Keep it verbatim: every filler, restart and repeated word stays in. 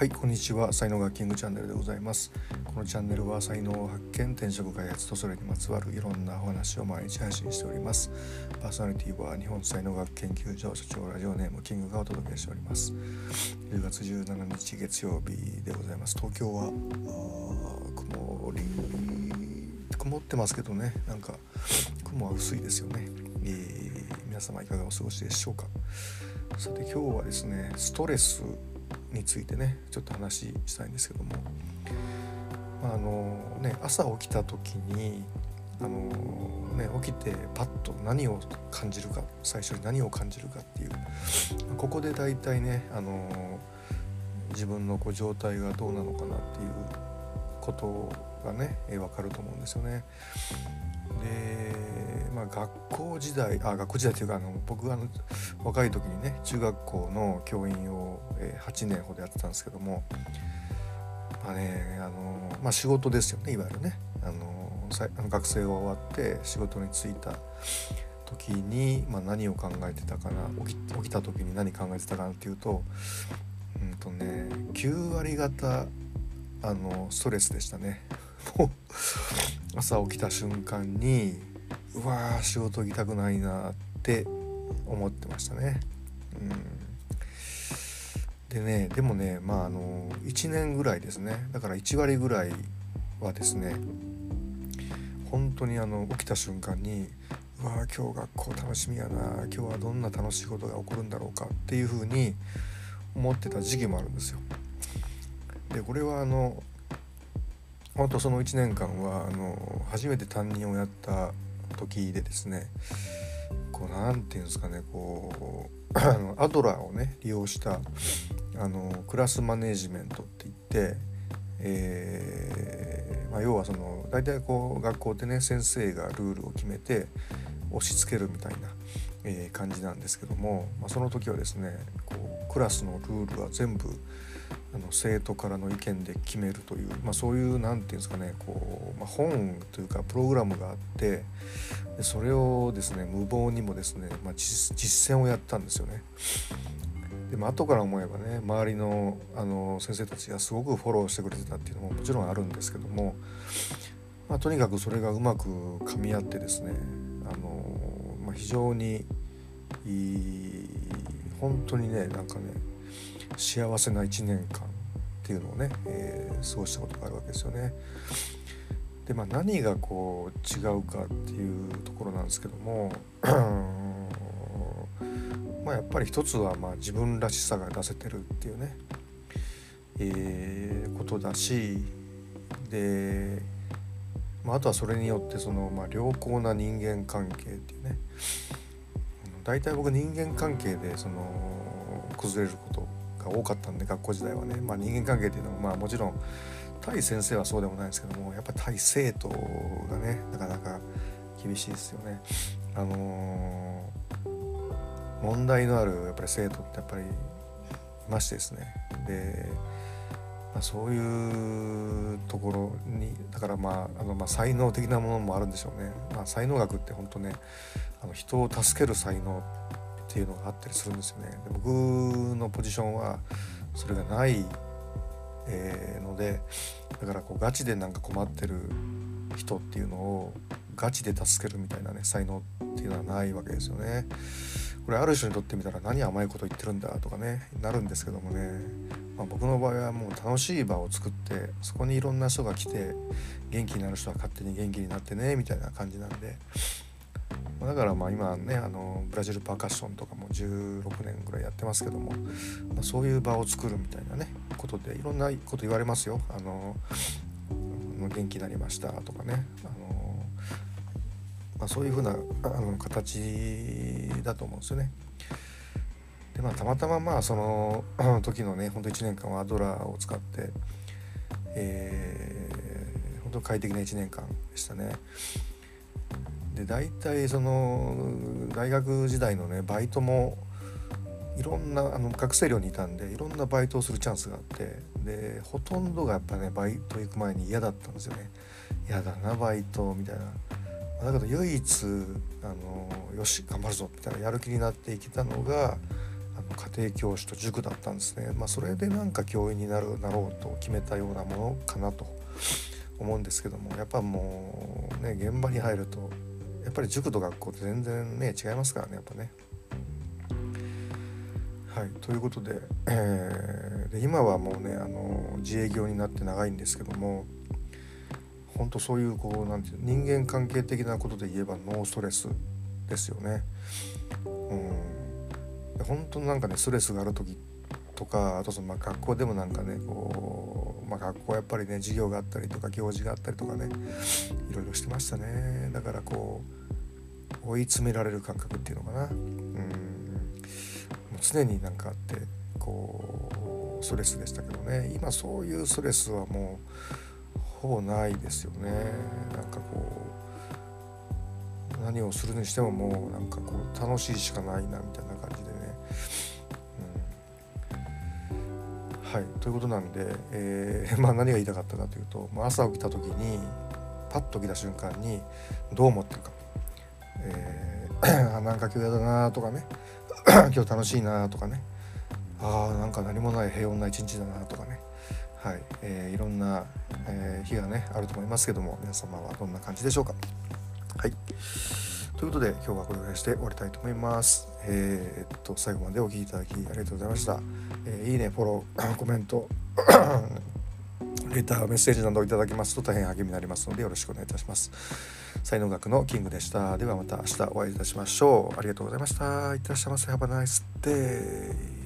はい、こんにちは。才能がキングチャンネルでございます。このチャンネルは才能を発見、転職開発とそれにまつわるいろんなお話を毎日配信しております。パーソナリティは日本才能学研究所所長ラジオネームキングがお届けしております。じゅうがつじゅうしちにち月曜日でございます。東京は曇り曇ってますけどね、なんか雲は薄いですよね。えー、皆様いかがお過ごしでしょうか。さて今日はですね、ストレスについてねちょっと話したいんですけども、まああのね、朝起きた時にあの、ね、起きてパッと何を感じるか、最初に何を感じるかっていう、ここでだいたいねあの自分のこう状態がどうなのかなっていうことがね分かると思うんですよね。で、まあ、学校時代あ学校時代というかあの僕があの若い時にね中学校の教員を、えー、はちねんほどやってたんですけども、まあねあのまあ、仕事ですよね、いわゆるねあのさあの学生が終わって仕事に就いた時に、まあ、何を考えてたかな、起き、起きた時に何考えてたかなっていうと、うんとねきゅうわり方あのストレスでしたね。もう朝起きた瞬間にうわー仕事行きたくないなって思ってましたね。うんでねでもねまああのいちねんぐらいですね、だからいちわりぐらいはですね本当にあの起きた瞬間にうわー今日学校楽しみやな、今日はどんな楽しいことが起こるんだろうかっていう風に思ってた時期もあるんですよ。でこれはあの本当そのいちねんかんはあの初めて担任をやった時でですね、こうなんていうんですかね、こうあのアドラーをね利用したあのクラスマネジメントって言って、えーまあ、要はその大体こう学校ってね先生がルールを決めて押し付けるみたいな、えー、感じなんですけども、まあ、その時はですねこうクラスのルールは全部あの生徒からの意見で決めるという、まあ、そういうなんていうんですかねこう、まあ、本というかプログラムがあって、でそれをですね無謀にもですね、まあ、実, 実践をやったんですよね。でも後から思えばね周りの、あの先生たちがすごくフォローしてくれてたっていうのももちろんあるんですけども、まあ、とにかくそれがうまく噛み合ってですね、あの、まあ、非常にいい本当にねなんかね幸せないちねんかんっていうのをね、えー、過ごしたことがあるわけですよね。で、まあ、何がこう違うかっていうところなんですけどもまあやっぱり一つはまあ自分らしさが出せてるっていうね、えー、ことだし、で、まあ、あとはそれによってその、まあ、良好な人間関係っていうね、大体僕人間関係でその崩れることが多かったんで学校時代はね、まあ、人間関係っていうのもまあもちろん対先生はそうでもないんですけども、やっぱり対生徒がねなかなか厳しいですよね。あのー、問題のあるやっぱり生徒ってやっぱりいましてですね、で、まあ、そういうところにだからまああのまあ才能的なものもあるんでしょうね。まあ、才能学って本当ねあの人を助ける才能っていうのがあったりするんですよね。で僕のポジションはそれがない、えー、ので、だからこうガチでなんか困ってる人っていうのをガチで助けるみたいなね才能っていうのはないわけですよね。これある人にとってみたら何甘いこと言ってるんだとかねなるんですけどもね、まあ、僕の場合はもう楽しい場を作ってそこにいろんな人が来て元気になる人は勝手に元気になってねみたいな感じなんで、だからまあ今ねあのブラジルパーカッションとかもじゅうろくねんぐらいやってますけども、まあ、そういう場を作るみたいなねことでいろんなこと言われますよ。あの元気になりましたとかね、あの、まあ、そういうふうなあの形だと思うんですよね。でまあたまたままあその時のねほんといちねんかんはアドラーを使って、えー、本当快適ないちねんかんでしたね。で大体その大学時代のねバイトもいろんなあの学生寮にいたんでいろんなバイトをするチャンスがあって、でほとんどがやっぱねバイト行く前に嫌だったんですよね。嫌だなバイトみたいな。だけど唯一あのよし頑張るぞみたいなやる気になっていけたのがあの家庭教師と塾だったんですね。まあそれでなんか教員になるなろうと決めたようなものかなと思うんですけども、やっぱもうね現場に入るとやっぱり塾と学校って全然ね違いますからね、やっぱね。はい、ということで、えー、で今はもうねあの自営業になって長いんですけども、本当そういうこうなんていう人間関係的なことで言えばノーストレスですよね。うん、本当なんかねストレスがある時とか、あとそのまあ学校でもなんかねこう、まあ、学校はやっぱりね授業があったりとか行事があったりとかねいろいろしてましたね。だからこう追い詰められる感覚っていうのかな、うん、もう常になんかあってこうストレスでしたけどね、今そういうストレスはもうほぼないですよね。なんかこう何をするにしてももうなんかこう楽しいしかないなみたいな感じでね、うん、はいということなんで、えー、まあ何が言いたかったかというと、まあ、朝起きた時にパッと起きた瞬間にどう思ってるか、えー、なんか今日やだなとかね今日楽しいなとかね、あーなんか何もない平穏な一日だなとかね、はい、えー、いろんな、えー、日がねあると思いますけども、皆様はどんな感じでしょうか。はい、ということで今日はこれぐらいして終わりたいと思います。えー、っと最後までお聞きいただきありがとうございました。えー、いいね、フォロー、コメントレター、メッセージなどをいただきますと大変励みになりますのでよろしくお願いいたします。才能学のキングでした。ではまた明日お会いいたしましょう。ありがとうございました。いってらっしゃいませ。Have a nice day。